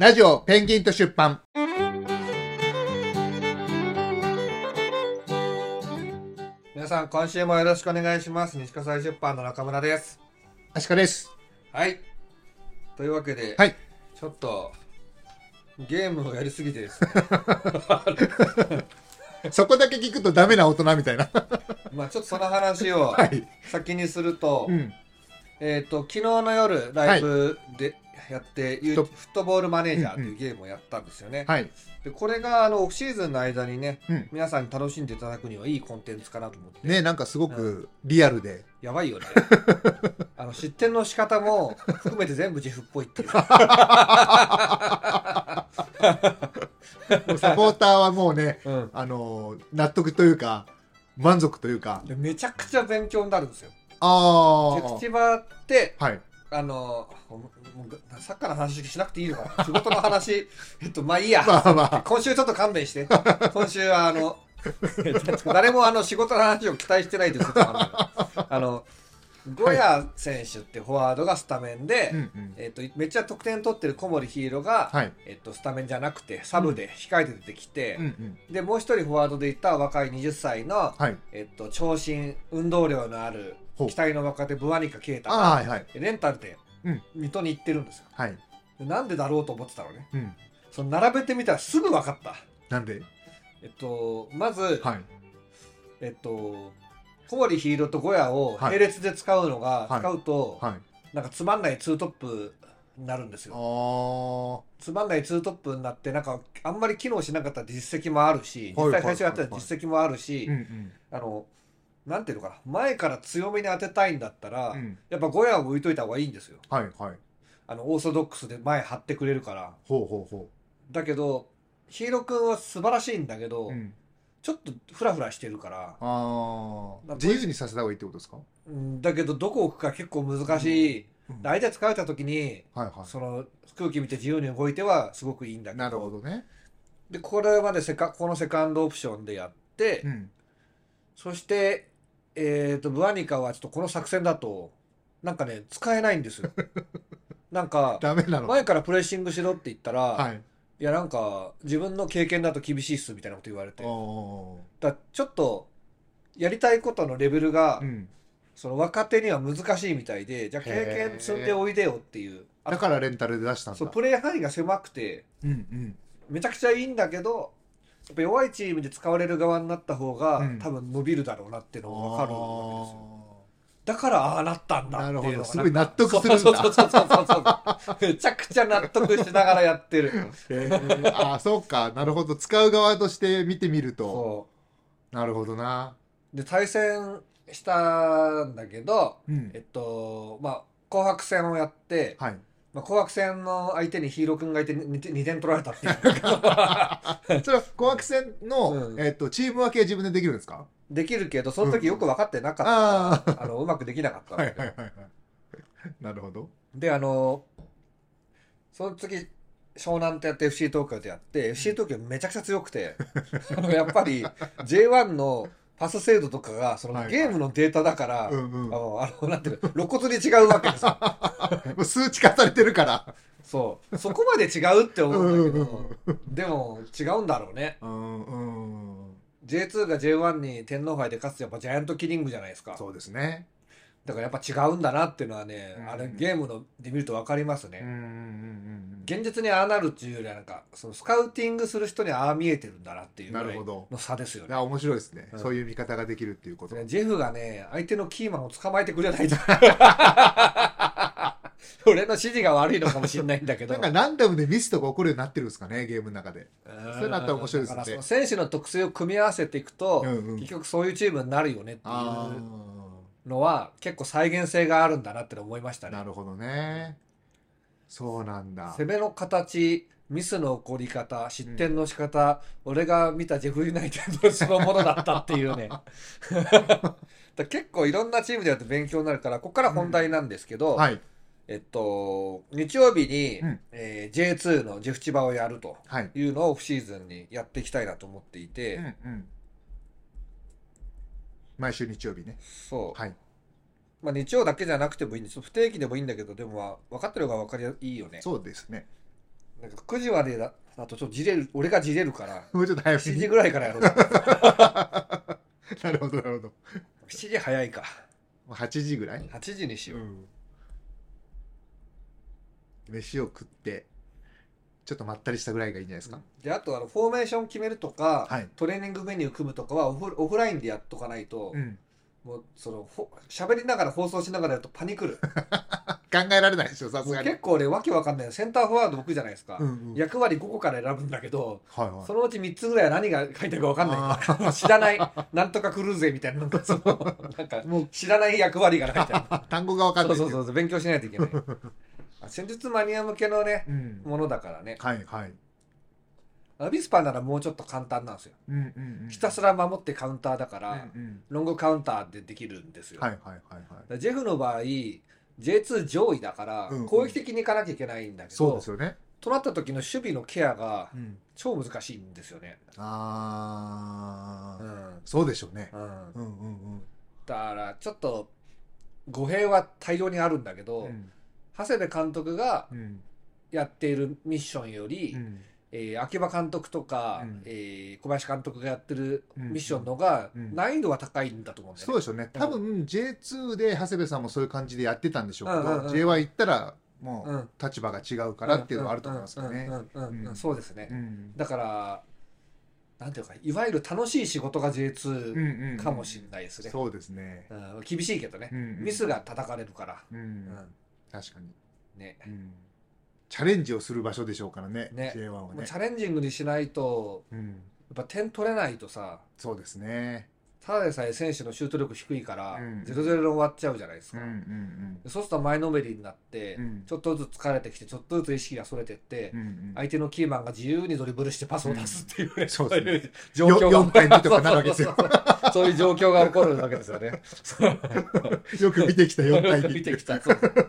ラジオペンギンと出版。 皆さん今週もよろしくお願いします。西葛西出版の中村です。 アシカです。 はい。というわけで、 はい、 ちょっとゲームをやりすぎてですねそこだけ聞くとダメな大人みたいなまあちょっとその話を先にすると、 うん、 昨日の夜ライブでやって、フットボールマネージャーというゲームをやったんですよね。 はい、 でこれがオフシーズンの間にね、皆さんに楽しんでいただくにはいいコンテンツかなと思ってね、なんかすごくリアルで、 やばいよね失点の仕方も含めて全部ジェフっぽいっていうサポーターはもうね、納得というか満足というか、 めちゃくちゃ勉強になるんですよ。ジあェフ千葉って、 はい、 サッカーの話しなくていいのかな、仕事の話まあいいや、今週ちょっと勘弁して。今週は誰も仕事の話を期待してないですけど、ゴヤ選手ってフォワードがスタメンで、めっちゃ得点取ってる小森ヒーローが、スタメンじゃなくてサブで控えて出てきて、でもう一人フォワードでいた若い20歳の、長身運動量のある期待の若手ブワニカケイタが、レンタルで水戸に行ってるんですよ。なんでだろうと思ってたのね。その並べてみたらすぐ分かった。 なんで？ まず、小森ヒーローとゴヤを並列で使うのが、使うと、なんかつまんないツートップになるんですよ。つまんないツートップになって、なんかあんまり機能しなかった実績もあるし、実際最初やってた実績もあるし、なんていうのかな、前から強めに当てたいんだったら、やっぱゴヤを置いといた方がいいんですよ。オーソドックスで前張ってくれるから。だけどヒーロー君は素晴らしいんだけど、ちょっとフラフラしてるから、 自由にさせた方がいいってことですか？ だけどどこ置くか結構難しい。相手使われた時に、その空気見て自由に動いてはすごくいいんだけど。 なるほどね。 でこれまでこのセカンドオプションでやって、そしてブワニカはちょっとこの作戦だとなんかね使えないんですよなんか前からプレッシングしろって言ったら、いやなんか自分の経験だと厳しいっすみたいなこと言われて、だちょっとやりたいことのレベルが、その若手には難しいみたいで、じゃあ経験積んでおいでよっていう。 だからレンタルで出したんだ。 そう、プレー範囲が狭くて、めちゃくちゃいいんだけど、やっぱ弱いチームで使われる側になった方が、多分伸びるだろうなっていうのが分かるわけですよ。だからああなったんだっていうのがすごい納得するんだ。 めちゃくちゃ納得しながらやってる。 そうか、なるほど。使う側として見てみると。なるほどな。 で対戦したんだけど、紅白戦をやって、紅白戦の相手にヒーロー君がいて 2点取られたっていう。 それは紅白戦の、チーム分けは自分でできるんですか？ できるけど、その時よく分かってなかったから、うまくできなかった。 なるほど。 で、その次、湘南とやって FC 東京とやって、FC 東京めちゃくちゃ強くて、やっぱり J1 のパス精度とかがそのゲームのデータだから、なんていうの、露骨に違うわけですよ。 もう数値化されてるから。 そこまで違うって思うんだけど、でも違うんだろうね。J2 が J1 に天皇杯で勝つとやっぱジャイアントキリングじゃないですか。 そうですね。 だからやっぱ違うんだなっていうのはね、あれゲームので見ると分かりますね。現実にああなるっていうよりはなんかそのスカウティングする人にああ見えてるんだなっていうぐらいの差ですよね。 面白いですね、そういう見方ができるっていうこと。 ジェフがね相手のキーマンを捕まえてくれないと俺の指示が悪いのかもしれないんだけど、 なんかランダムでミスとか起こるようになってるんですかね、ゲームの中で。そういうのあったら面白いですね。 だからその選手の特性を組み合わせていくと、結局そういうチームになるよねっていうのは結構再現性があるんだなって思いましたね。 なるほどね。そうなんだ。 攻めの形、ミスの起こり方、失点の仕方、俺が見たジェフユナイテッドそのものだったっていうねだ結構いろんなチームでやって勉強になるから、ここから本題なんですけど、日曜日に、J2 のジェフ千葉をやるというのをオフシーズンにやっていきたいなと思っていて、 毎週日曜日ね。 そう、日曜だけじゃなくてもいいんです。不定期でもいいんだけど、でも分かってる方が分かりいいよね。 そうですね。 なんか9時までだとちょっと俺がじれるからもうちょっと早め 7 に。 時ぐらいからやろうなるほどなるほど。 7時早いか 8時ぐらい。 8時にしよう、 飯を食ってちょっとまったりしたぐらいがいいんじゃないですか。 であとフォーメーション決めるとか、 はいトレーニングメニュー組むとかはオフラインでやっとかないと、もう喋りながら放送しながらやるとパニクる考えられないでしょ、さすがに。 結構俺わけわかんないセンターフォワード僕じゃないですか、役割5個から選ぶんだけど、そのうち3つぐらいは何が書いてあるかわかんないから知らないなんとかクルーゼみたいななんかもう知らない役割が書いてある単語がわかんない。 そう勉強しないといけない戦術マニア向けのね、ものだからね。 はいはい。 アビスパならもうちょっと簡単なんですよ。ひたすら守ってカウンターだから、ロングカウンターでできるんですよ。ジェフの場合 J2 上位だから、攻撃的にいかなきゃいけないんだけど、 そうですよね。 となった時の守備のケアが超難しいんですよね。 そうでしょうね。 だからちょっと語弊は大量にあるんだけど、長谷部監督がやっているミッションより、秋葉監督とか、小林監督がやってるミッションのが難易度は高いんだと思うんだよね。 そうでしょうね。多分 J2 で長谷部さんもそういう感じでやってたんでしょうけど、J1 行ったらもう立場が違うからっていうのがあると思いますよね。 そうですね。だからなんていうか、いわゆる楽しい仕事が J2 かもしれないですね。 そうですね。 厳しいけどね、ミスが叩かれるから。 確かにね。 チャレンジをする場所でしょうからね。J1 はね。 チャレンジングにしないと、やっぱ点取れないとさ。 そうですね。 ただでさえ選手のシュート力低いから 0-0 で終わっちゃうじゃないですか。そうすると前のめりになって、ちょっとずつ疲れてきてちょっとずつ意識がそれてって、相手のキーマンが自由にドリブルしてパスを出すっていうね、そういう状況が 4対2とかなるわけですよ。 そういう状況が起こるわけですよね。 よく見てきた4対2。 見てきた。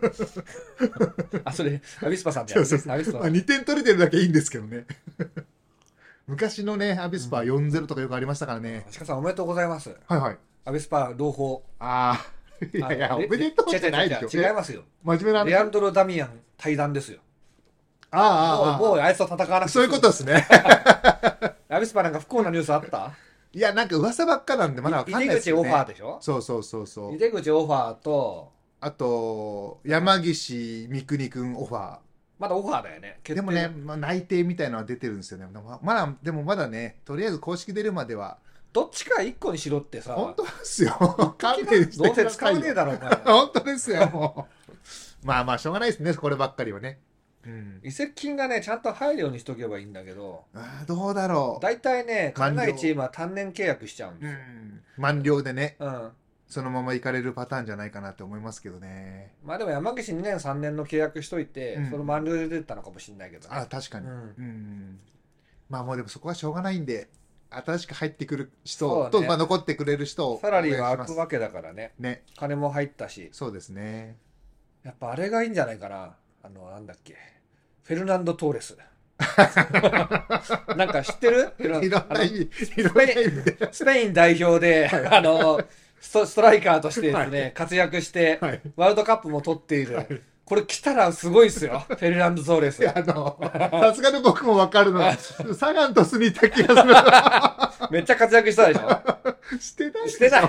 それアビスパさんでやる。 2点取れてるだけいいんですけどね。昔のね、アビスパ 4-0 とかよくありましたからね。 鹿さんおめでとうございます。 はいはい。 アビスパ朗報。 いやいや、おめでとうじゃないでしょ。 違いますよ。 真面目な話。 レアンドロ・ダミアン対談ですよ。もうあいつと戦わなくて。 そういうことですね。 アビスパなんか不幸なニュースあった？ いや、なんか噂ばっかなんでまだわかんないですよね。 井出口オファーでしょ？ そう。 井出口オファーと、 あと、山岸三國君オファー。 まだオファーだよね。 でもね、内定みたいなのは出てるんですよね。でもまだね、とりあえず公式出るまでは。 どっちか1個にしろってさ。 本当ですよ。勘弁してどうせ使わねえだろ、お前。 本当ですよ、もう。まあ、しょうがないですね、こればっかりはね。 移籍金がね、ちゃんと入るようにしとけばいいんだけど。 どうだろう。 大体ね、考えチームは単年契約しちゃうんですよ。 満了でね。そのまま行かれるパターンじゃないかなって思いますけどね。 まあでも山岸2年3年の契約しといて、その満了で出たのかもしれないけどね。 確かに。まあもうでもそこはしょうがないんで、新しく入ってくる人と、残ってくれる人をサラリーは空くわけだからね。金も入ったし。 そうですね。 やっぱあれがいいんじゃないかな。なんだっけ。フェルナンド・トーレス。なんか知ってる？スペイン代表で、ストライカーとしてですね、活躍して、ワールドカップも取っている。これ来たらすごいっすよ。フェルナンド・トーレス。 さすがに僕も分かるのは、サガン鳥栖にいた気がする。めっちゃ活躍したでしょ？してない。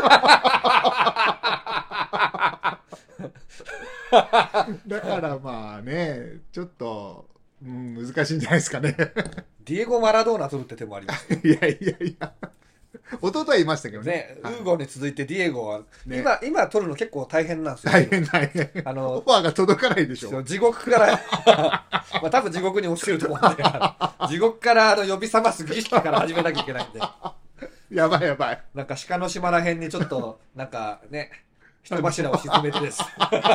だからまあね、ちょっと、難しいんじゃないですかね。 ディエゴ・マラドーナ取るって手もあります。 いや。弟はいましたけどね。 ウーゴに続いてディエゴは、今取るの結構大変なんですよ。 大変。オファーが届かないでしょ。 地獄から、多分地獄に落ちてると思うんだけど、地獄から呼び覚ます儀式から始めなきゃいけないんで。 やばい。 なんか鹿の島ら辺にちょっと、なんかね、人柱を沈めてです。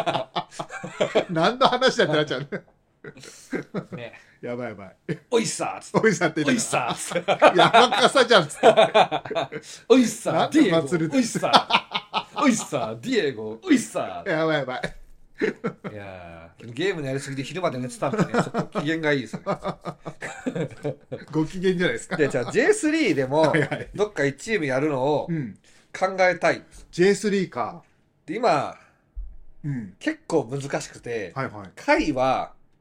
何の話だってなっちゃうね。 やばい。 おいっさーおいっさーっておいっさー山笠じゃんっつって。 おいっさーディエゴおいっさーおいっさーディエゴおいっさーやばい。 いやゲームのやりすぎで昼まで寝てたんでね、ちょっと機嫌がいいですね。 ご機嫌じゃないですか。 で、じゃあ J3 でもどっか1チームやるのを考えたい。 J3 か。 で今、結構難しくて、下位は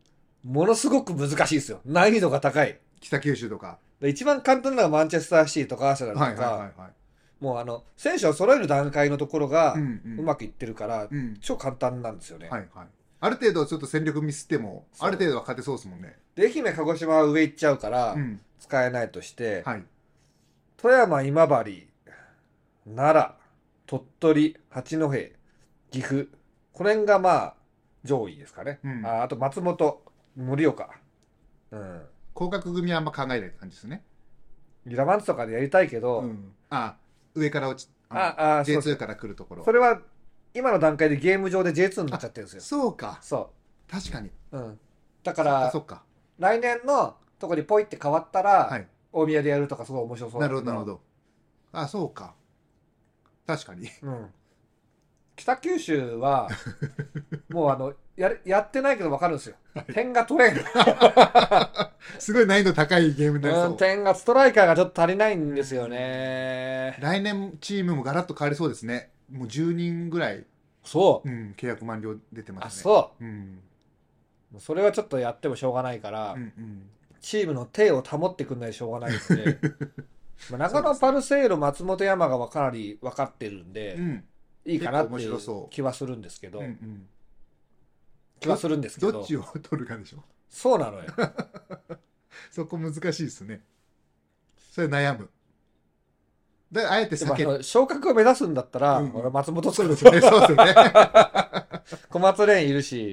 ものすごく難しいですよ。難易度が高い。 北九州とか。 で一番簡単なのはマンチェスターシティとかアーセナルとか、 はいはいはいはい。 もう選手を揃える段階のところがうんうんうまくいってるから、 うん超簡単なんですよね。 はいはい。ある程度ちょっと戦力ミスっても、 そうある程度は勝てそうですもんね。 で、愛媛、鹿児島は上行っちゃうからうん。 使えないとして、 はい。 富山、今治、奈良、鳥取、八戸、岐阜、この辺がまあ上位ですかね。 うんあと松本、盛岡。 降格組はあんま考えないって感じですね。 ラマンツとかでやりたいけど、 上から落ち、 そう J2 から来るところ。 それは今の段階でゲーム上で J2 になっちゃってるんですよ。 そうか。 そ確かに。 う。だからそっか。 来年のとこにポイって変わったら、 はい。 大宮でやるとかすごい面白そうなだけるほどなるほど。あ、そうか。確かに。 北九州はもうやってないけど分かるんですよ。点が取れん。 すごい難易度高いゲームになりそう。 点がストライカーがちょっと足りないんですよね。 来年チームもガラッと変わりそうですね。もう10人ぐらい、 そう。 契約満了出てますね。 そう。 うん。 それはちょっとやってもしょうがないから、チームの体を保ってくんないとしょうがないので、中野パルセイロ、松本山がかなり分かってるんで、いいかなっていう気はするんですけど、気はするんですけど、 どっちを取るかでしょ。 そうなのよ。 そこ難しいですね。それ悩む。であえて避ける。 昇格を目指すんだったら、俺松本そうですよね。そうですよね。 小松蓮いるし、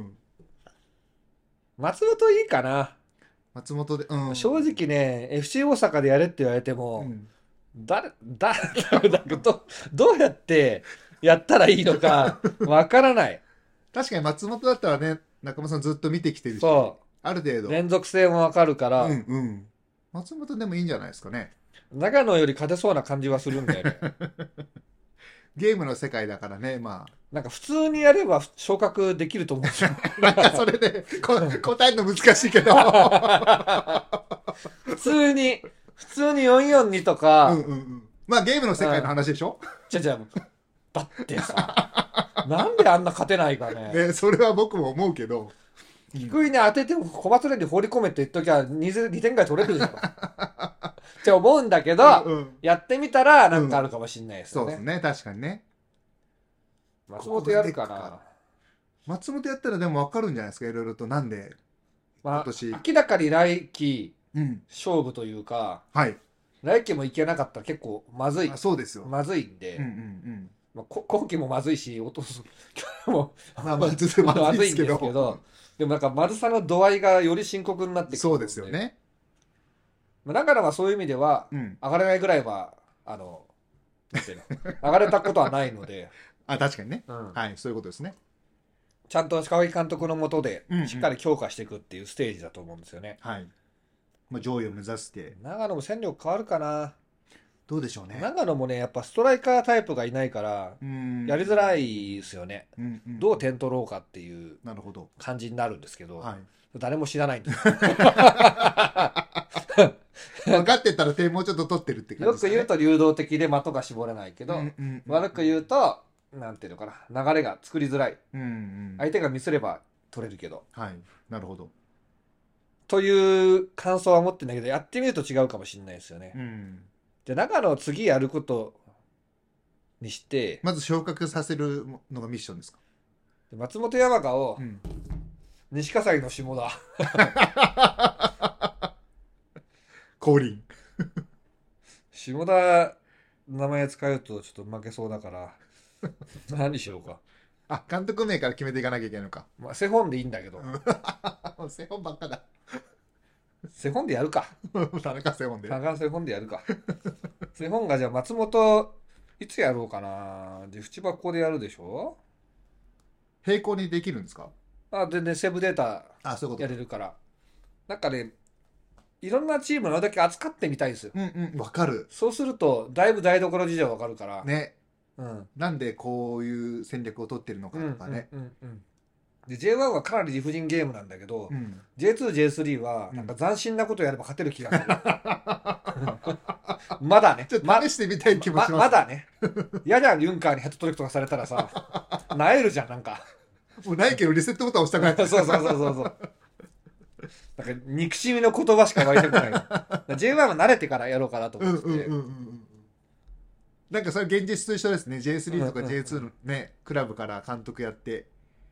松本いいかな。 松本で、 正直ね、FC 大阪でやれって言われても、どうやってやったらいいのかわからない。 確かに松本だったらね、中間さんずっと見てきてるし、ある程度連続性もわかるから、 松本でもいいんじゃないですかね。 長野より勝てそうな感じはするんだよね。 ゲームの世界だからね、まあ。 なんか普通にやれば昇格できると思うんですよ。 なんかそれで答えるの難しいけど。 普通に442とか。 まあゲームの世界の話でしょ。 だってさ、なんであんな勝てないかね。 それは僕も思うけど。 低いに当てても小松連に放り込めって言っときゃ 2点ぐらい取れるじゃん。って思うんだけど、やってみたらなんかあるかもしれないですよね。 そうですね、確かにね。 松本やるかな。 松本やったらでも分かるんじゃないですか、いろいろと。なんで今年明らかに来季勝負というか、来季もいけなかったら結構まずい。 そうですよ。 まずいんで、今季もまずいし、去年もまずいんですけど、でもなんかまずさの度合いがより深刻になってくる。 そうですよね。 長野はそういう意味では、上がれないぐらいは上がれたことはないので。 確かにね。はい、そういうことですね。 ちゃんと川木監督の下でしっかり強化していくっていうステージだと思うんですよね。 はい。上位を目指して。 長野も戦力変わるかな。 どうでしょうね。 長野もね、やっぱストライカータイプがいないから、やりづらいですよね。どう点取ろうかっていう感じになるんですけど、誰も知らないんです。 分かってたら点もうちょっと取ってるって感じですね。 よく言うと流動的で的が絞れないけど、悪く言うと、なんていうのかな、流れが作りづらい。相手がミスれば取れるけど。 なるほど。 という感想は持ってないけど、やってみると違うかもしれないですよね。で、長野を次やることにして、 まず昇格させるのがミッションですか。 松本山雅を、西葛西の下田。 降臨。 下田名前使うとちょっと負けそうだから何しようか。 監督名から決めていかなきゃいけないのか。 セホンでいいんだけど。 セホンばっかだ。 セホンでやるか。 田中セホンで。 田中セホンでやるか。セホンがじゃあ松本いつやろうかな。で淵場ここでやるでしょ。 並行にできるんですか。 全然セーブデータやれるから。なんかね、いろんなチームのあれだけ扱ってみたいですよ。 わかる。 そうするとだいぶ台所事情わかるからね。なんでこういう戦略を取ってるのかとかね。 で J1 はかなり理不尽ゲームなんだけど、J2、J3 はなんか斬新なことやれば勝てる気がする。まだね。 ちょっと試してみたい気もします。 まだね。やじゃユンカーにヘッドトリックとかされたらさ、なえるじゃん、なんか。 もうないけどリセットボタン押したくなって。 そう。 なんか憎しみの言葉しか湧いてこない。J1 は慣れてからやろうかなと思ってて。 なんかそれ現実と一緒ですね。J3 とか J2 のね、クラブから監督やって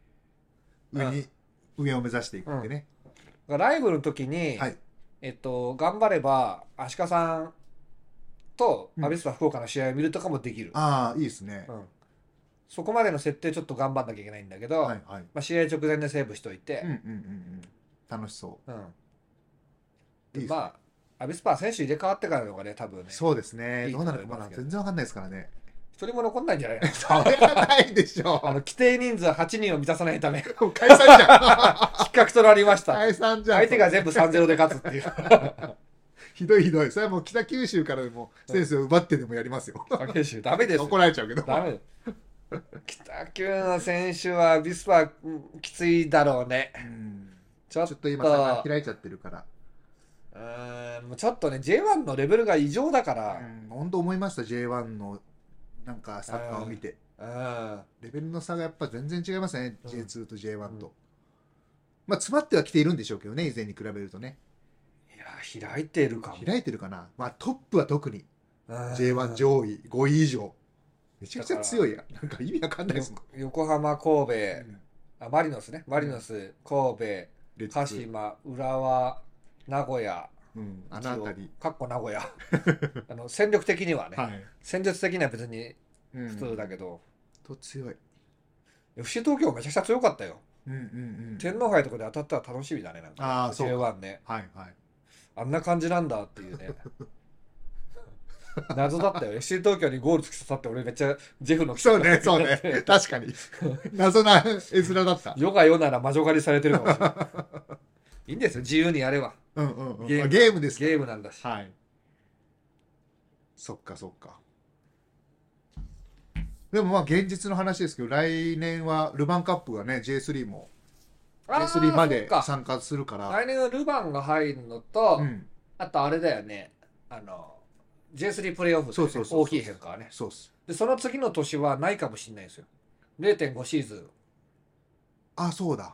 上を目指していくってね。 ライブの時に、 はい、 頑張れば足利さんとアビスパ福岡の試合を見るとかもできる。 ああ、いいですね。 そこまでの設定ちょっと頑張んなきゃいけないんだけど、 はいはい、 まあ、試合直前でセーブしといて、 楽しそう。 でまあアビスパは選手入れ替わってからの方がね多分ね。 そうですね。どうなるかまだ全然わかんないですからね。 一人も残んないんじゃないの。それはないでしょう。 規定人数8人を満たさないため解散じゃん。失格となりました。 解散じゃん。 相手が全部 3-0 で勝つっていう。 ひどいひどい。それはもう北九州からでも選手を奪ってでもやりますよ。 北九州ダメです。 怒られちゃうけど。 ダメ。北九の選手はアビスパきついだろうね。 ちょっと今差が開いちゃってるから。 もうちょっとね J1 のレベルが異常だから。 本当思いました J1 のなんかサッカーを見て。レベルの差がやっぱ全然違いますね。J2 と J1 と。まあ詰まってはきているんでしょうけどね、以前に比べるとね。 いや開いてるかも。 開いてるかな。まあトップは特に J1 上位5位以上。めちゃくちゃ強いや。なんか意味わかんないですもん。 横浜、神戸、マリノスね。マリノス、神戸、鹿島、浦和、名古屋。 あの辺り。 かっこ名古屋。戦力的にはね。戦術的には別に普通だけど。 強い。 FC 東京めちゃくちゃ強かったよ。天皇杯とかで当たったら楽しみだね。なんか J1 ね。あんな感じなんだっていうね。謎だったよ。FC 東京にゴール突き刺さって俺めっちゃジェフのそうねそうね確かに謎な絵面だった。 世が世なら魔女狩りされてるかもしれない。いいんですよ自由にやれば。 ゲームです。 ゲームなんだし。 そっかそっか。でもまあ現実の話ですけど来年はルヴァンカップがね J3 も J3 まで参加するから来年はルヴァンが入るのと、あとあれだよねJ3 プレーオフで大きい変化はね。 そうっす。 でその次の年はないかもしれないですよ。0.5 シーズン。 あ、そうだ。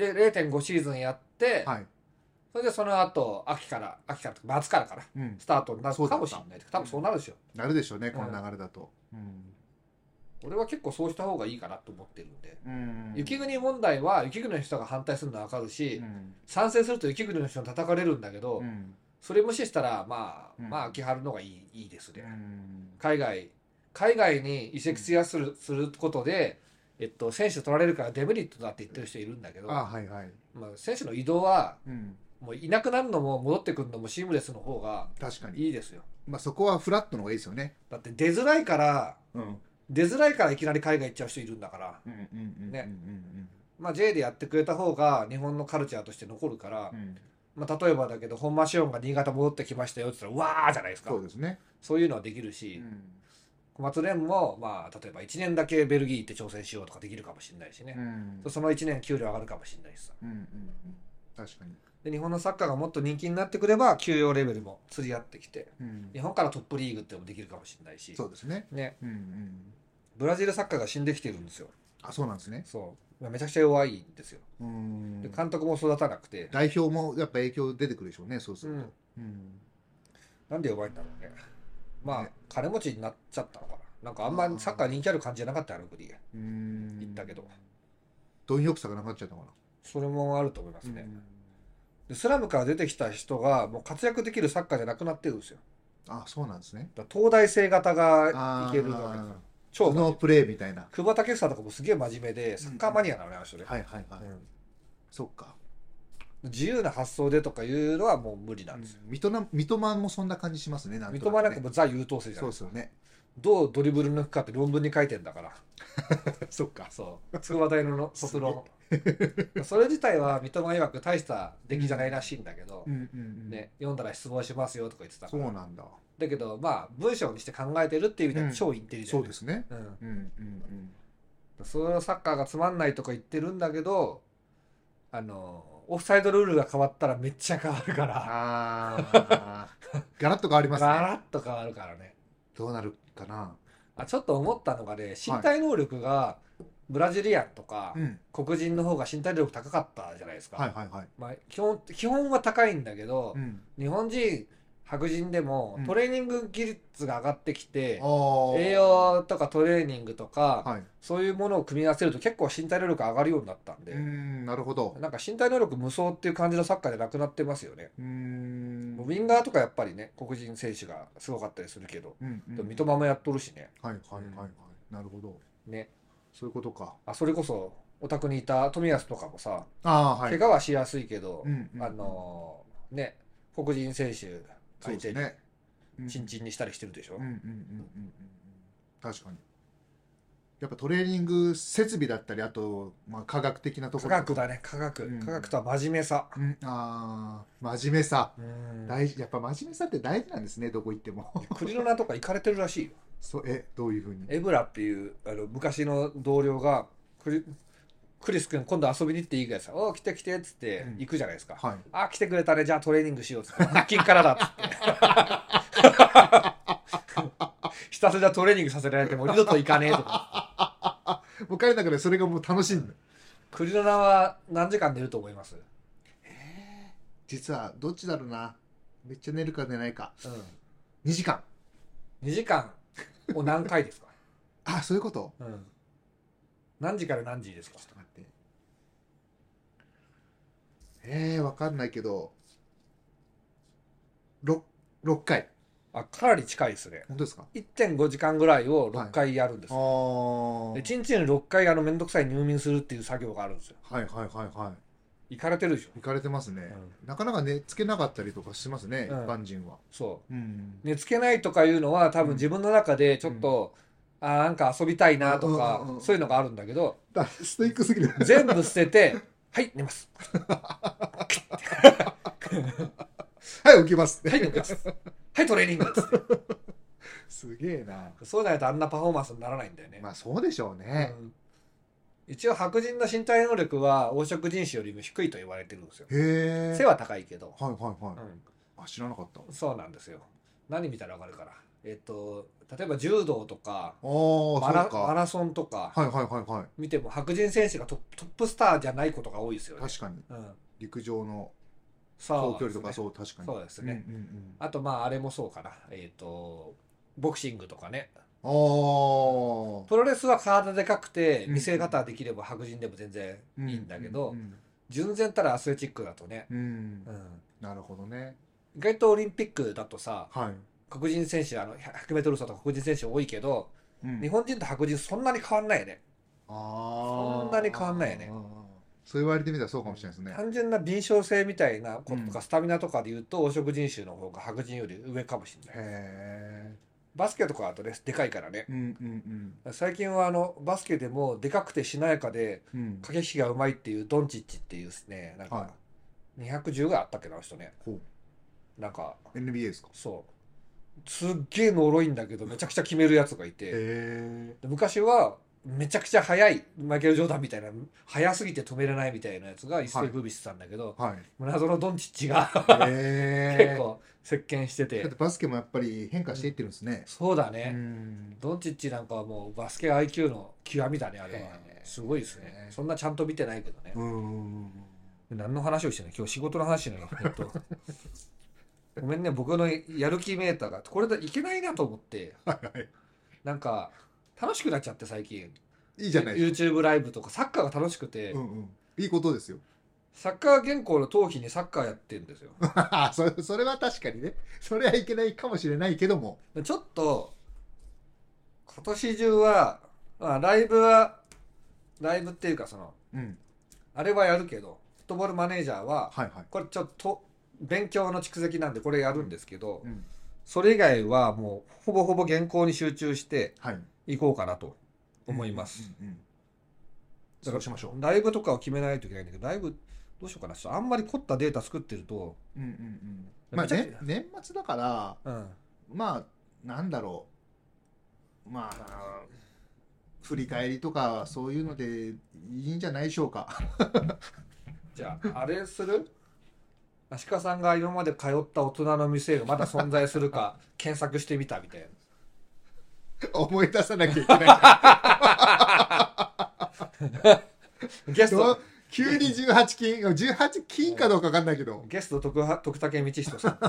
0.5 シーズンやって、それでその後秋から夏からスタートになるかもしれない。多分そうなるでしょ。 なるでしょうねこの流れだと。 俺は結構そうした方がいいかなと思ってるんで。雪国問題は雪国の人が反対するのは分かるし、賛成すると雪国の人に叩かれるんだけど、それ無視したらまあ秋葉原の方がいいですね。海外に移籍することで、選手取られるからデメリットだって言ってる人いるんだけど、まあ選手の移動は、もういなくなるのも戻ってくるのもシームレスの方がいいですよ。 まあそこはフラットの方がいいですよね。 だって出づらいからいきなり海外行っちゃう人いるんだからね。まあ J でやってくれた方が日本のカルチャーとして残るから。まあ、例えばだけど本間シオンが新潟戻ってきましたよって言ったらうわーじゃないですか。 そうですね。 そういうのはできるし、小松蓮もまあ例えば1年だけベルギー行って挑戦しようとかできるかもしれないしね、その1年給料上がるかもしれないしさ、 確かに。 で日本のサッカーがもっと人気になってくれば給与レベルも釣り合ってきて、日本からトップリーグってもできるかもしれないし。 そうですね。 ブラジルサッカーが死んできてるんですよ。 あ、そうなんですね。 そうめちゃくちゃ弱いんですよ。で監督も育たなくて代表もやっぱ影響出てくるでしょうね。そうすると、 なんで弱いんだろうね。まあ金持ちになっちゃったのかな。なんかあんまサッカー人気ある感じじゃなかったよ、国で言ったけど貪欲さがなくなっちゃったのかな。 それもあると思いますね。でスラムから出てきた人がもう活躍できるサッカーじゃなくなってるんですよ。 あ、そうなんですね。 東大生型がいけるわけですよ。 超のプレーみたいな。 久保建英とかもすげえ真面目でサッカーマニアなのね、あの人ね。 そっか。 自由な発想でとかいうのはもう無理なんですよ。 三笘もそんな感じしますね。 三笘なんかもザ優等生じゃないですか。 そうですよね。 どうドリブル抜くかって論文に書いてんだからそっか。 そう筑波大の卒論それ自体は三笘曰く大した出来じゃないらしいんだけど、ね、読んだら失望しますよとか言ってたから。 そうなんだ。 だけどまあ文章にして考えてるっていう意味では超インテリジェント、 そうですね。 そのサッカーがつまんないとか言ってるんだけどオフサイドルールが変わったらめっちゃ変わるからガラッと変わりますね。 ガラッと変わるからね。 どうなるかな。 ちょっと思ったのがね、身体能力がブラジリアンとか、 うん、 黒人の方が身体能力高かったじゃないですか。 はいはいはい。 まあ、基本は高いんだけど、 うん、 日本人白人でもトレーニング技術が上がってきて、 栄栄養とかトレーニングとか、 はい、 そういうものを組み合わせると結構身体能力上がるようになったんで、 なるほど。 なんか身体能力無双っていう感じのサッカーじゃなくなってますよね。ウィンガーとかやっぱりね、黒人選手がすごかったりするけど、でも三笘もやっとるしね。 はいはいはいはい。なるほど。 ね。 そういうことか。 それこそお宅にいた冨安とかもさ、 はい、 怪我はしやすいけど、ね、黒人選手相手にチンチンにしたりしてるでしょ。 確かに。やっぱトレーニング設備だったり、あと、まあ、科学的なところ。 科学だね、科学。科学とは真面目さ。 真面目さ。大事。やっぱ真面目さって大事なんですね、どこ行っても。 栗の名とか行かれてるらしいよ。 どういうふうに？ エブラっていう昔の同僚がクリス君今度遊びに行っていいかやつ、お来て来てっつって行くじゃないですか。来てくれたね、じゃあトレーニングしようっつって、腹筋からだっつってひたすらトレーニングさせられても二度と行かねえとかもう彼の中でそれがもう楽しいんだ。 栗の名は何時間寝ると思います？ 実はどっちだろうな。めっちゃ寝るか寝ないか。2時間。 2時間を何回ですか？ そういうこと？ 何時から何時ですか？ ちょっと待って。わかんないけど、6回。 かなり近いですね。 本当ですか？ 1.5 時間ぐらいを6回やるんですよ。 1 日に6回めんどくさい入眠するっていう作業があるんですよ。 はいはいはいはい。 行かれてるでしょ。 行かれてますね。なかなか寝つけなかったりとかしますね、一般人は。 そう。寝つけないとかいうのは多分自分の中でちょっと、なんか遊びたいなとか、そういうのがあるんだけど、 ストイックすぎる。 全部捨てて、はい、寝ます。 はい、起きます。 はい、起きます。はい、トレーニングっつって。 すげえな。 そうじゃないとあんなパフォーマンスにならないんだよね。 まあそうでしょうね。 一応白人の身体能力は黄色人種よりも低いと言われてるんですよ。 へえ。 背は高いけど。 はいはいはい。知らなかった。 そうなんですよ。何見たらわかるかな。例えば柔道とかマラソンとか見ても白人選手がトップスターじゃないことが多いですよね。 確かに。陸上の長距離とかそう確かに。 そうですね。あとあれもそうかな。ボクシングとかね。プロレスは体でかくて見せ方できれば白人でも全然いいんだけど、純然たらアスレチックだとね。 なるほどね。 意外とオリンピックだとさ、黒人選手100m 走とか黒人選手多いけど、日本人と白人そんなに変わんないよね。そんなに変わんないよね。 そう言われてみたらそうかもしれないですね。 単純な敏捷性みたいなこととかスタミナとかで言うと黄色人種の方が白人より上かもしれない。バスケとかだとねでかいからね。最近はバスケでもでかくてしなやかで駆け引きがうまいっていうドンチッチっていうですね、なんか210ぐらいあったっけな、あの人ね。なんか NBA ですか？ そうすっげえ呪いんだけどめちゃくちゃ決めるやつがいて、昔はめちゃくちゃ速いマイケル・ジョーダンみたいな速すぎて止めれないみたいなやつが一世風靡してたんだけど、謎のドンチッチが結構席巻してて。 だってバスケもやっぱり変化していってるんですね。 そうだね。ドンチッチなんかはもうバスケ IQ の極みだね、あれは。すごいですね。そんなちゃんと見てないけどね。何の話をしてんの？今日仕事の話なの。ごめんね、僕のやる気メーターがこれでいけないなと思って、なんか楽しくなっちゃって最近。 いいじゃないですか。 YouTube ライブとかサッカーが楽しくて、 いいことですよ。 サッカー原稿の頭皮にサッカーやってるんですよ。 それは確かにね。それはいけないかもしれないけども、 ちょっと今年中は、ライブっていうかあれはやるけど、フットボールマネージャーは、これちょっと勉強の蓄積なんでこれやるんですけど、それ以外はもうほぼほぼ原稿に集中していこうかなと思います。だからライブとかを決めないといけないんだけど、ライブどうしようかな。あんまり凝ったデータ作ってると、 まあ年末だから、まあなんだろう、まあ振り返りとかそういうのでいいんじゃないでしょうか。 じゃああれする？足利さんが今まで通った大人の店がまだ存在するか検索してみたみたいな。 思い出さなきゃいけない。 ゲスト急に18金18金かどうか分かんないけど、 ゲスト徳武道人さん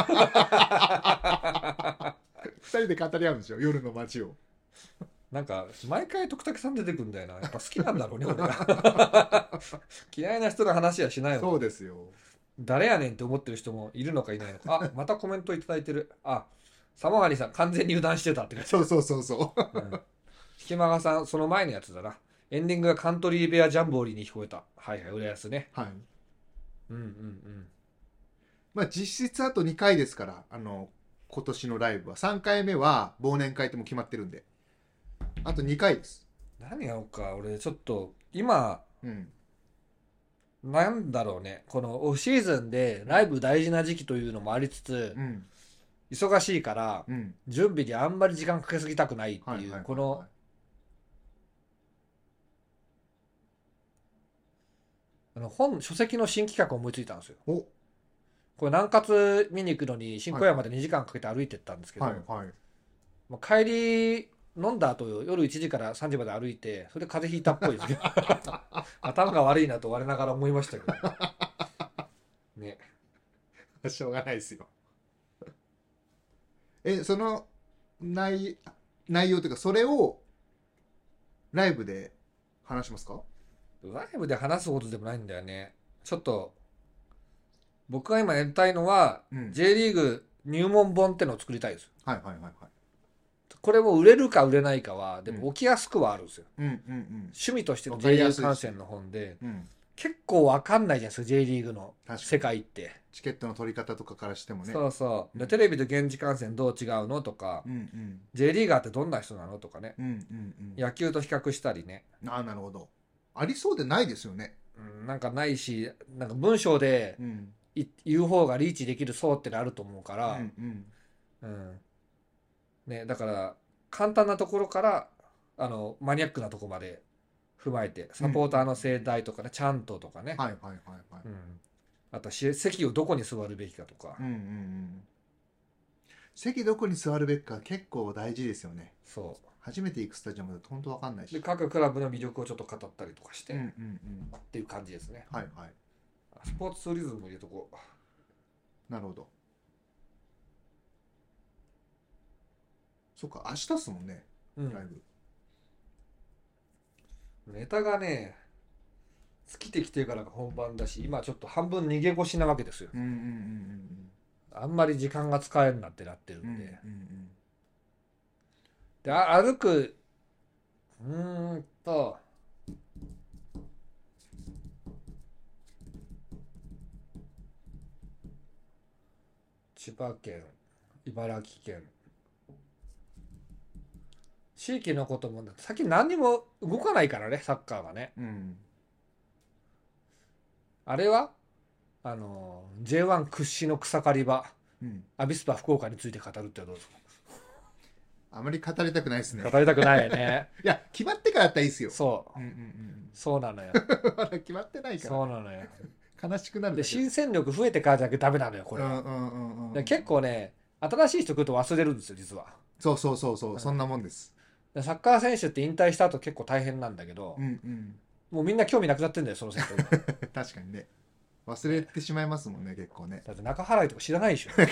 2人で語り合うんでしょ、夜の街を。 なんか毎回徳武さん出てくるんだよな。やっぱ好きなんだろうね俺が嫌いな人の話はしないわ。 そうですよ。 誰やねんって思ってる人もいるのかいないのか。あ、またコメントいただいてる。あ、サマハリさん完全に油断してたってそうそうそうそう、 引きまがさんその前のやつだな。エンディングがカントリーベアジャンボーリーに聞こえた。はいはい、浦安ね。 はい。 うんうんうん。 まあ実質あと2回ですから、今年のライブは3回目は忘年会っても決まってるんで、あと2回です。 何やろうか、俺ちょっと今、 うん、 なんだろうね、このオフシーズンでライブ大事な時期というのもありつつ、 うん、 忙しいから、 うん、 準備にあんまり時間かけすぎたくないっていう、この書籍の新企画を思いついたんですよ。 お、 これ南葛見に行くのに新小山まで2時間かけて歩いてったんですけど、 はいはい、 もう帰り飲んだ後夜1時から3時まで歩いて、それで風邪ひいたっぽいですけど頭が悪いなと我ながら思いましたけどね。 しょうがないですよ。その内容というか、それをライブで話しますか？ ライブで話すことでもないんだよね。ちょっと僕が今やりたいのは、 うん、 J リーグ入門本ってのを作りたいです。 はいはいはいはい。 これも売れるか売れないかはでも起きやすくはあるんですよ、 うんうんうん、 趣味としての J リーグ観戦の本で、 うん、 結構わかんないじゃないですか J リーグの世界って。 チケットの取り方とかからしてもね。 そうそう。でテレビと現地観戦どう違うのとか、 うんうん、 J リーガーってどんな人なのとかね、 うんうんうん、 野球と比較したりね。 ああ、なるほど。ありそうでないですよね。 なんかないし、なんか文章で言う方がリーチできる層ってのあると思うから、 うんね、だから簡単なところからマニアックなところまで踏まえて、サポーターの生態とかね、ちゃんととかね、 はいはいはいはい、 あと席をどこに座るべきかとか、 席どこに座るべきか結構大事ですよね。 そう。 初めて行くスタジアムだと本当わかんないし。 で各クラブの魅力をちょっと語ったりとかして、っていう感じですね。 はいはい。 スポーツツーリズムも入れとこう。なるほど。そっか、明日っすもんね、ライブ。 ネタがね尽きてきてからが本番だし、今ちょっと半分逃げ腰なわけですよ。あんまり時間が使えるなってなってるんで、で歩く千葉県、茨城県、地域のことも先何にも動かないからね、サッカーはね。あれはJ1 屈指の草刈り場、アビスパ福岡について語るってどうですか？ あまり語りたくないですね。 語りたくないね。 いや、決まってからだったらいいですよ。 そう。そうなのよ。 まだ決まってないから。 そうなのよ。 悲しくなる。 で、新戦力増えてからじゃなきゃダメなのよ、これ。結構ね、新しい人来ると忘れるんですよ、実は。 そうそうそうそう、そんなもんです。 サッカー選手って引退した後結構大変なんだけど、もうみんな興味なくなってんだよ、その選手。 確かにね。忘れてしまいますもんね、結構ね。 だって中払いとか知らないでしょ。 中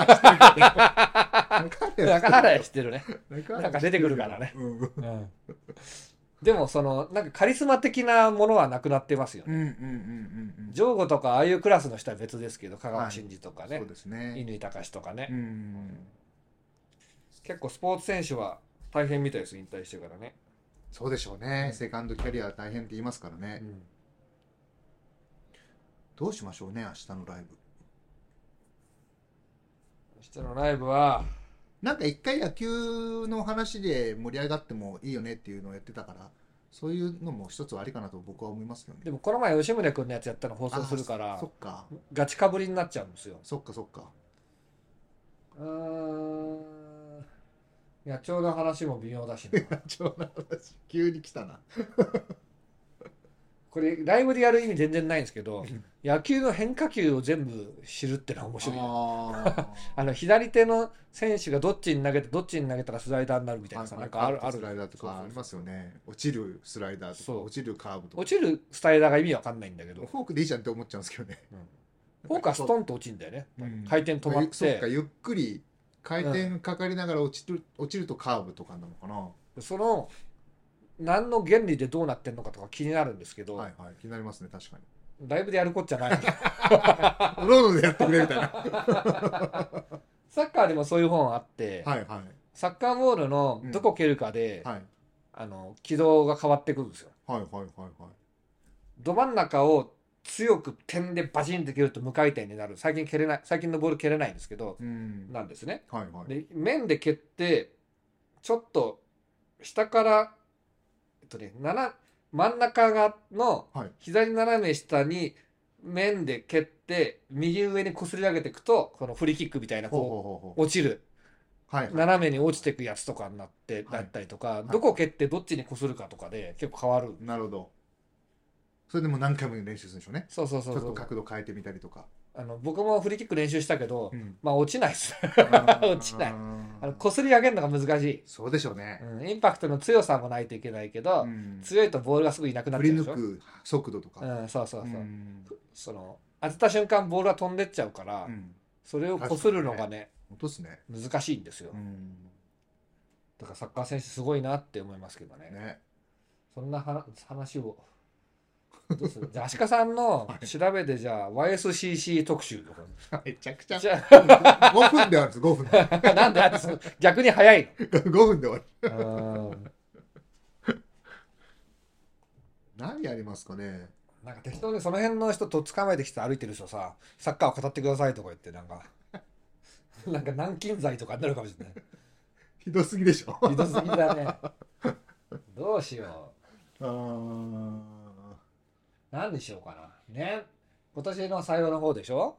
払い知ってるね。なんか出てくるからね。でもなんかカリスマ的なものはなくなってますよね。ジョーゴとかああいうクラスの人は別ですけど、香川真司とかね、乾隆とかね。結構スポーツ選手は大変みたいです、引退してからね。 そうでしょうね。セカンドキャリアは大変って言いますからね。どうしましょうね、明日のライブ。 明日のライブはなんか一回野球の話で盛り上がってもいいよねっていうのをやってたから、そういうのも一つはありかなと僕は思いますよね。 でもこの前吉宗君のやつやったの放送するから、 そっか、 ガチかぶりになっちゃうんですよ。 そっかそっか。 野鳥の話も微妙だしな。 野鳥の話急に来たな。 これライブでやる意味全然ないんですけど、野球の変化球を全部知るってのは面白い。左手の選手がどっちに投げてどっちに投げたらスライダーになるみたいなさ、なんかあるスライダーとかありますよね。落ちるスライダーとか落ちるカーブとか。 落ちるスライダーが意味わかんないんだけど、 フォークでいいじゃんって思っちゃうんですけどね。 フォークはストンと落ちるんだよね。回転止まって、 そっか、ゆっくり回転かかりながら落ちるとカーブとかなのかな。 その何の原理でどうなってんのかとか気になるんですけど、 はいはい、気になりますね。確かにライブでやるこっちゃない。 ロードでやってくれみたいな。 サッカーでもそういう本あって、 はいはい、 サッカーボールのどこ蹴るかで、 はい、 軌道が変わってくるんですよ。 はいはいはいはい。 ど真ん中を強く点でバチンって蹴ると無回転になる。最近のボール蹴れないんですけど、なんですね。 はいはい、 で面で蹴ってちょっと下から真ん中の左斜め下に面で蹴って右上にこすり上げていくと、このフリーキックみたいなこう落ちる、斜めに落ちていくやつとかになってだったりとか、どこ蹴ってどっちにこするかとかで結構変わる。 なるほど。それでも何回も練習するんでしょうね。 そうそうそう、 ちょっと角度変えてみたりとか。 僕もフリーキック練習したけど、まあ落ちないです落ちない。こすり上げるのが難しい。 そうでしょうね。 インパクトの強さもないといけないけど、強いとボールがすぐいなくなっちゃうでしょ。 振り抜く速度とか。 そうそうそう。当てた瞬間ボールが飛んでっちゃうから、それをこするのがね、難しいんですよ。だからサッカー選手すごいなって思いますけどね。そんな話を。どうする？じゃあ足利さんの調べでじゃあ YSCC 特集とかめちゃくちゃ5分で終わるんです。5分でなんで逆に早いの5分で終わる。何やりますかね。 なんか適当にその辺の人と捕まえてきて歩いてる人さ、サッカーを語ってくださいとか言ってなんか軟禁罪とかになるかもしれない。 ひどすぎでしょ。 ひどすぎだね。どうしよう。何にしようかな。ね。今年の採用の方でしょ？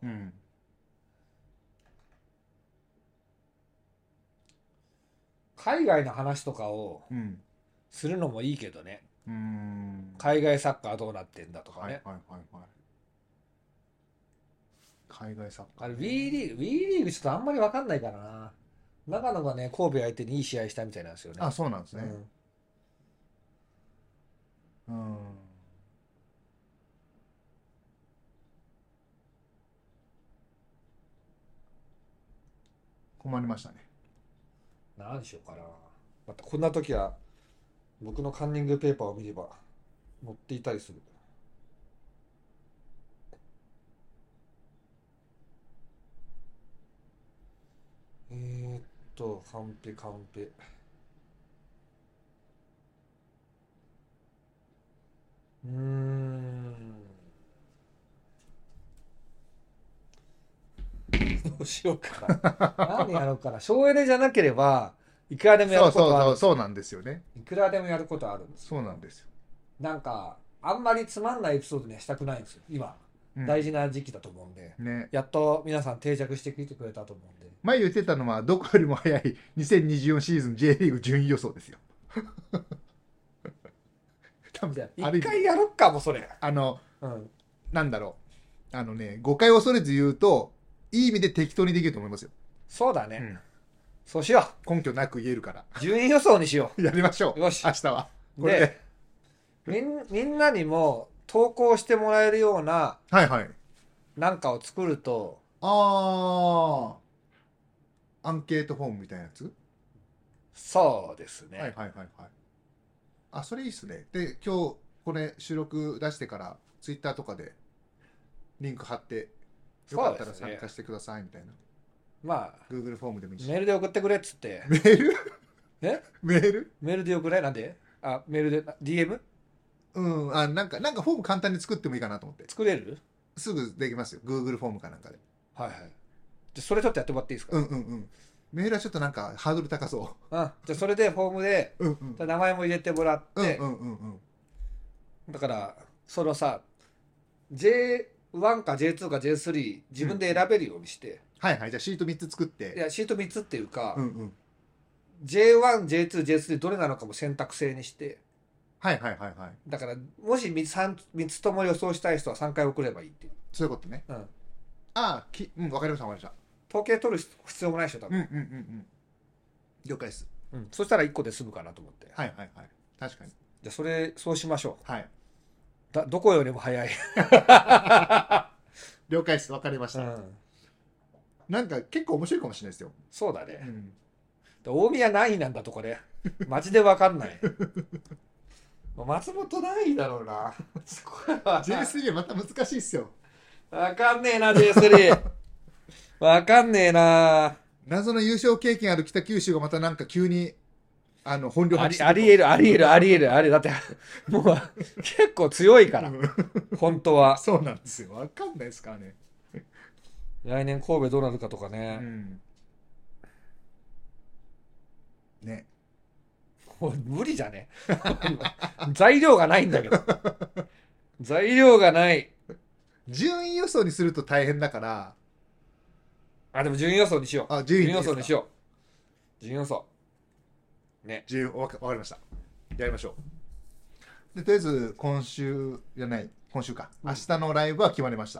海外の話とかをするのもいいけどね。海外サッカーどうなってんだとかね。 海外サッカー。 WE リーグちょっとあんまり分かんないからな。長野がね、神戸相手にいい試合したみたいなんですよね。 あ、そうなんですね。困りましたね。 何しようかな。またこんな時は僕のカンニングペーパーを見れば載っていたりする。カンペ。どうしようかな。何やろうかな。省エネじゃなければいくらでもやることある。 そうなんですよね。 いくらでもやることあるんです。 そうなんですよ。 なんかあんまりつまんないエピソードにはしたくないんですよ今。大事な時期だと思うんで、やっと皆さん定着してきてくれたと思うんで。 前言ってたのはどこよりも早い2024シーズン J リーグ順位予想ですよ。 一回やろっかもそれ。 なんだろう、誤解を恐れず言うといい意味で適当にできると思いますよ。 そうだね、そうしよう。根拠なく言えるから順位予想にしよう。 やりましょう。 よし、 明日はこれでみんなにも投稿してもらえるようななんかを作ると、 アンケートフォームみたいなやつ。 そうですね。 それいいっすね。で今日これ収録出してからツイッターとかでリンク貼ってよかったら参加してくださいみたいな。 まあ Google フォームでもいいし、 メールで送ってくれっつって。 メールメールで送れ。なんでメールで DM？ なんかフォーム簡単に作ってもいいかなと思って。 作れる？ すぐできますよ。 Google フォームかなんかで。 じゃそれちょっとやってもらっていいですか？ メールはちょっとなんかハードル高そう。 じゃあそれでフォームで名前も入れてもらって、だからそのさ J1 か J2 か J3 自分で選べるようにして、 じゃあシート3つ作って。 いやシート3つっていうか、J1、J2、J3 どれなのかも選択制にして、 はいはいはいはい。 だからもし 3つとも予想したい人は3回送ればいいっていう。 そういうことね。 うん。 わかりましたわかりました。 統計取る必要もないでしょ多分。 了解です。 そしたら1個で済むかなと思って。 はいはいはい。確かに。 じゃあそうしましょう。はい。 どこよりも早い。 了解です。わかりました。なんか結構面白いかもしれないですよ。 そうだね。大宮何位なんだとかね。マジでわかんない。松本何位だろうな。 J3 はまた難しいっすよ。 わかんねえな J3。わかんねえな。 謎の優勝経験ある北九州がまたなんか急に本領発揮してありえる。だってもう結構強いから本当は。 そうなんですよ。わかんないですからね。 来年神戸どうなるかとかね。 ね。 もう無理じゃね。材料がないんだけど。材料がない。 順位予想にすると大変だから。 でも順位予想にしよう。順位予想にしよう。順位予想。ね。 わかりました。やりましょう。でとりあえず今週か。明日のライブは決まりました。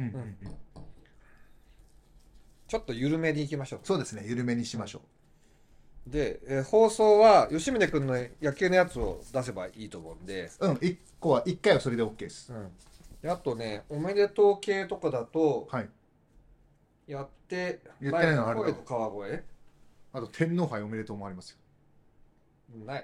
ちょっと緩めにいきましょう。 そうですね。緩めにしましょう。で、放送は吉宗君の野球のやつを出せばいいと思うんで。 1回はそれで OK です。 あとね、おめでとう系とかだと、やってないのある声と川越。 あと天皇杯おめでとうもありますよ。 ない。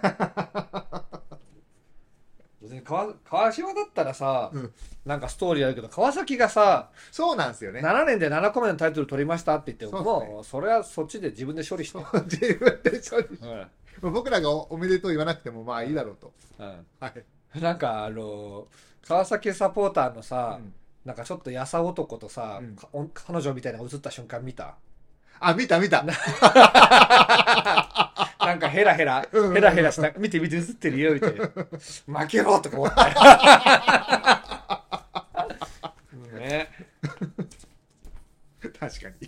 別に川島だったらさ、なんかストーリーあるけど、川崎がさ、 そうなんですよね。 7年で7個目のタイトル取りましたって言っても、それはそっちで自分で処理して。 自分で処理して。僕らがおめでとう言わなくてもまあいいだろうと。 なんか川崎サポーターのさ、なんかちょっとやさ男とさ、彼女みたいなのが映った瞬間見た？ 見たなんかヘラヘラした見て映ってるよみたいな負けろとか思ったね。 確かに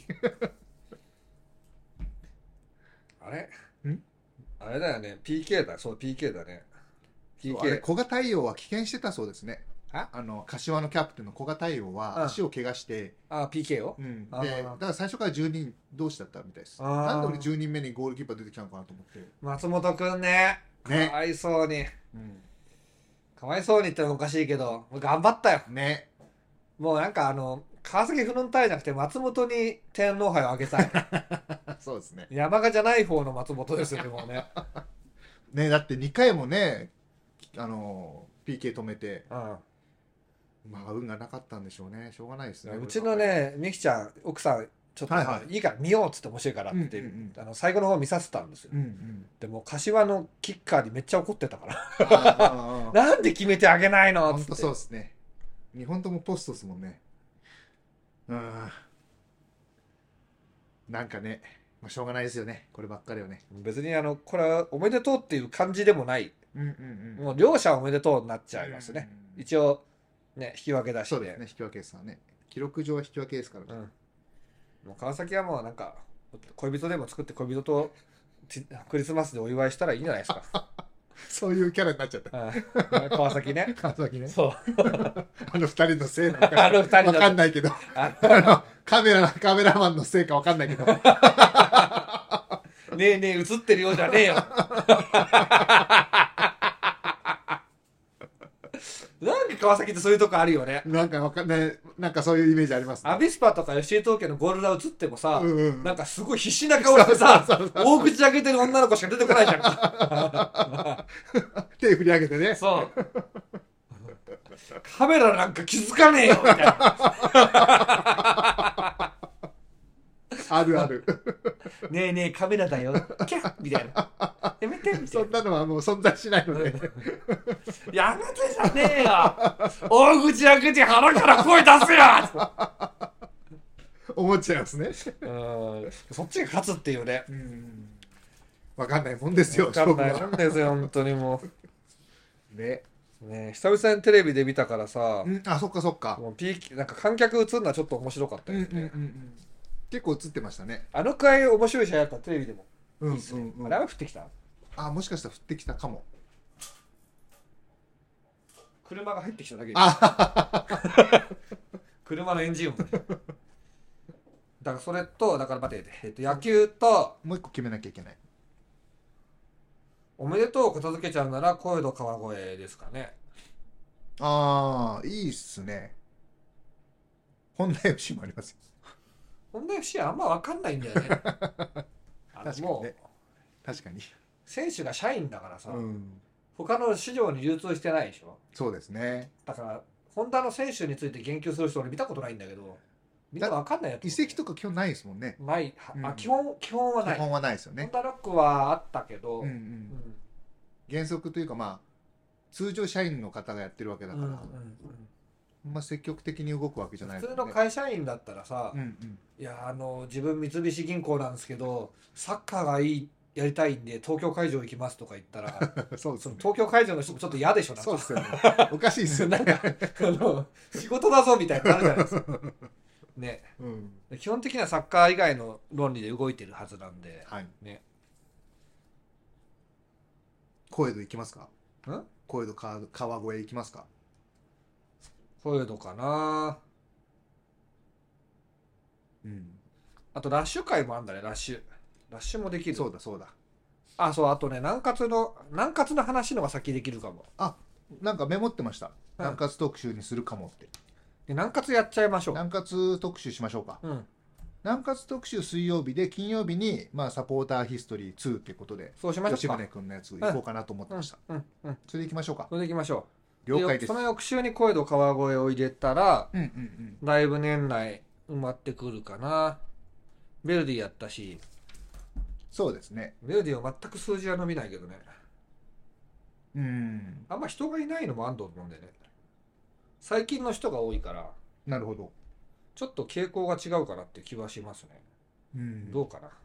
あれだよね。 PK だ。そう PK だね。 PK。古賀太陽は棄権してたそうですね。柏のキャプテンの古賀太陽は足を怪我して、 PK を、 でだから最初から10人同士だったみたいです。なんで俺10人目にゴールキーパー出てきたのかなと思って。 松本くんね、かわいそうに、かわいそうにってのはおかしいけど頑張ったよね。もうなんか川崎フロンターレじゃなくて松本に天皇杯をあげたい。 そうですね。 山鹿じゃない方の松本ですよね、もうね。 ね、だって2回もねPK 止めて、まあ運がなかったんでしょうね。しょうがないですね。 うちのねみきちゃん奥さんちょっといいから見ようっつって面白いからって最後の方見させたんですよ。でも柏のキッカーにめっちゃ怒ってたからなんで決めてあげないのっつって。 本当そうですね。2本ともポストですもんね。なんかね、しょうがないですよね。こればっかりはね。 別にこれはおめでとうっていう感じでもない。もう両者おめでとうになっちゃいますね。一応ね、引き分けだし。 そうですね、引き分けですからね。記録上は引き分けですから。 もう川崎はもうなんか恋人でも作って恋人とクリスマスでお祝いしたらいいんじゃないですか。 そういうキャラになっちゃった。 川崎ね。 川崎ね。 そう。 2人のせいなのか 2人わかんないけど。カメラマンのせいかわかんないけど。 ねえ映ってるようじゃねえよ。なんか川崎ってそういうとこあるよね。 なんかわかんない、なんかそういうイメージありますね。 アビスパとか FC 東京のゴール裏映ってもさ、なんかすごい必死な顔してさ、大口開けてる女の子しか出てこないじゃん。 手振り上げてね。 そう。カメラなんか気づかねえよみたいな。 あるある。 ねえカメラだよ。キャッみたいな。やめてみたいな。 そんなのはもう存在しないので。 やめてじゃねえよ。大口開けて腹から声出せよ。 思っちゃいますね。 そっちが勝つっていうね。 わかんないもんですよ。 わかんないもんですよ、本当にもう。ね久々にテレビで見たからさ。 そっかそっか。 もうなんか観客映るのはちょっと面白かったですね。 結構映ってましたね。 回面白い試合やったテレビでも。あれは降ってきた？ もしかしたら降ってきたかも。 車が入ってきただけであ車のエンジン音で。だからそれと、だから待って、野球と、 もう一個決めなきゃいけない。 おめでとう片付けちゃうなら、小江戸川越ですかね。 ああ、いいっすね。本田よしもありますよ。 本田 FC はあんま分かんないんだよね。 確かにね。確かに。 選手が社員だからさ、 うん、 他の市場に流通してないでしょ。 そうですね。 だからホンダの選手について言及する人俺見たことないんだけど、みんな分かんないやつ。 移籍とか基本ないですもんね。 ない、基本はない。 基本はないですよね。 ホンダロックはあったけど、 原則というかまあ通常社員の方がやってるわけだから、まあ積極的に動くわけじゃないですね。普通の会社員だったらさ、いや自分三菱銀行なんですけどサッカーがやりたいんで東京会場行きますとか言ったらそうです、ね、東京会場の人もちょっと嫌でしょ。なんかそうですよね。おかしいですよね。 なんか仕事だぞみたいになるじゃないですかね、基本的にはサッカー以外の論理で動いてるはずなんで、ね。 小江戸行きますか？小江戸川越行きますか？ 小江戸かな。あとラッシュ会もあるんだね。ラッシュもできる。 そうだそうだ。 あとね、南葛の話のが先できるかも。 なんかメモってました。南葛特集にするかもって。 南葛やっちゃいましょう。 南葛特集しましょうか。南葛特集水曜日で、金曜日にサポーターヒストリー2っていうことで、 そうしましょうか。 吉宗君のやつ行こうかなと思ってました。それで行きましょうか。 それで行きましょう。了解です。 その翌週に小江戸川越を入れたら、だいぶ年内埋まってくるかな。ベルディやったし。 そうですね。 ベルディは全く数字は伸びないけどね。あんま人がいないのもあんと思うんだよね。最近の人が多いから。 なるほど。 ちょっと傾向が違うかなって気はしますね。どうかな。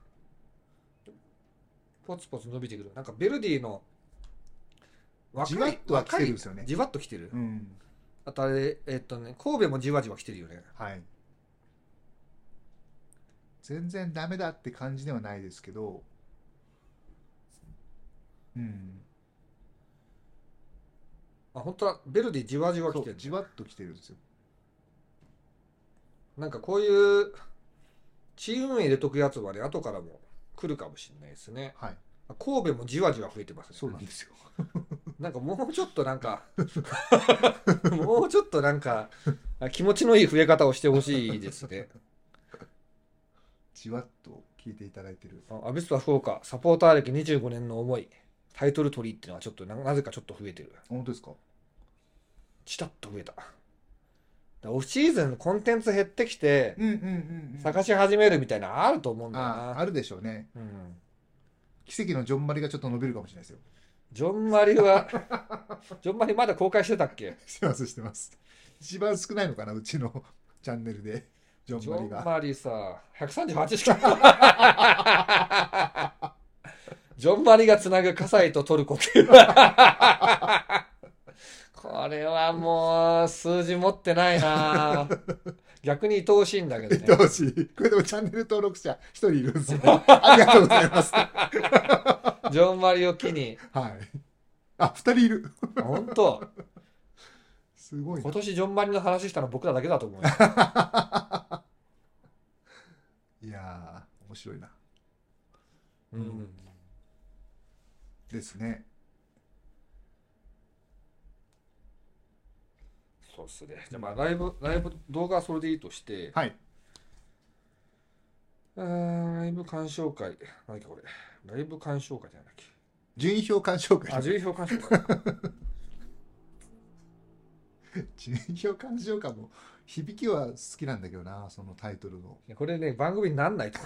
ポツポツ伸びてくる。なんかベルディのじわっとは来てるんですよね。 じわっと来てる。あとあれ神戸もじわじわ来てるよね。 はい。全然ダメだって感じではないですけど、 本当はベルディじわじわ来てる。 じわっと来てるんですよ。 なんかこういうチーム名入れとくやつはね、後からも来るかもしれないですね。神戸もじわじわ増えてますね。 そうなんですよ。 なんかもうちょっとなんかもうちょっとなんか気持ちのいい増え方をしてほしいですね。 じわっと聞いていただいてる。 アビスパ福岡サポーター歴25年の思い、タイトル取りっていうのはちょっとなぜかちょっと増えてる。 本当ですか？ チタッと増えた。オフシーズンコンテンツ減ってきて探し始めるみたいなあると思うんだよな。 あるでしょうね。奇跡のジョンマリがちょっと伸びるかもしれないですよ。 ジョンマリはジョンマリまだ公開してたっけ？ してます。一番少ないのかな、うちのチャンネルで。ジョンマリが。 ジョンマリさ138しかジョンマリがつなぐ葛西とトルコっていうこれはもう数字持ってないな。逆に愛おしいんだけどね。 愛おしい。これでもチャンネル登録者1人いるんですよ。ありがとうございます。 ジョンマリを機に。 はい。2人いる。 本当。 すごい。 今年ジョンマリの話したの僕らだけだと思う。 いやー、面白いな。ですね。 そうですね。じゃあライブ動画はそれでいいとして、 はい。 ライブ鑑賞会、何だっけこれ、ライブ鑑賞会じゃないっけ。 順位表鑑賞会。 順位表鑑賞会。 順位表鑑賞会も響きは好きなんだけどな、そのタイトルの。 これね、番組になんないと。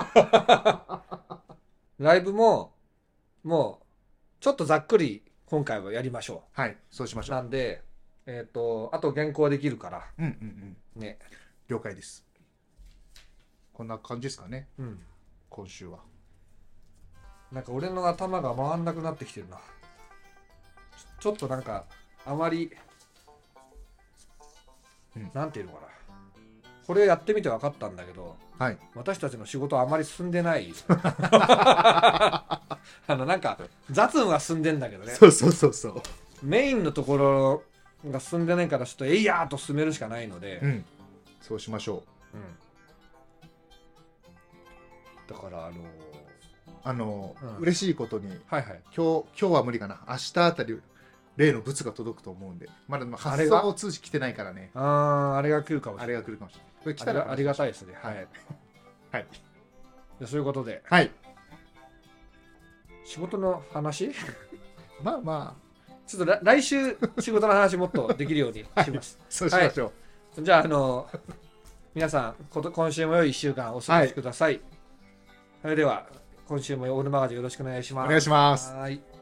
ライブももうちょっとざっくり今回はやりましょう。はい、そうしましょう。 なんで。あと原稿はできるから。 ね。了解です。こんな感じですかね。今週は。 なんか俺の頭が回んなくなってきてるな。ちょっとなんかあまり、なんていうのかな。これやってみて分かったんだけど、私たちの仕事はあまり進んでない。なんか雑務は進んでんだけどね。 そう。 メインのところが進んでないからちょっとえいやーと進めるしかないので、 そうしましょう。 だから嬉しいことに、今日は無理かな、明日あたり例の物が届くと思うんで、まだ発送通知来てないからね。 あれが来るかもしれない。 これ来たらありがたいですね。はい。 はい。 そういうことで。 はい。 仕事の話まあちょっと来週仕事の話もっとできるようにします。 そうしましょう。じゃあ皆さん今週も良い1週間お過ごしください。それでは今週もオールマガジンよろしくお願いします。 お願いします。 はい。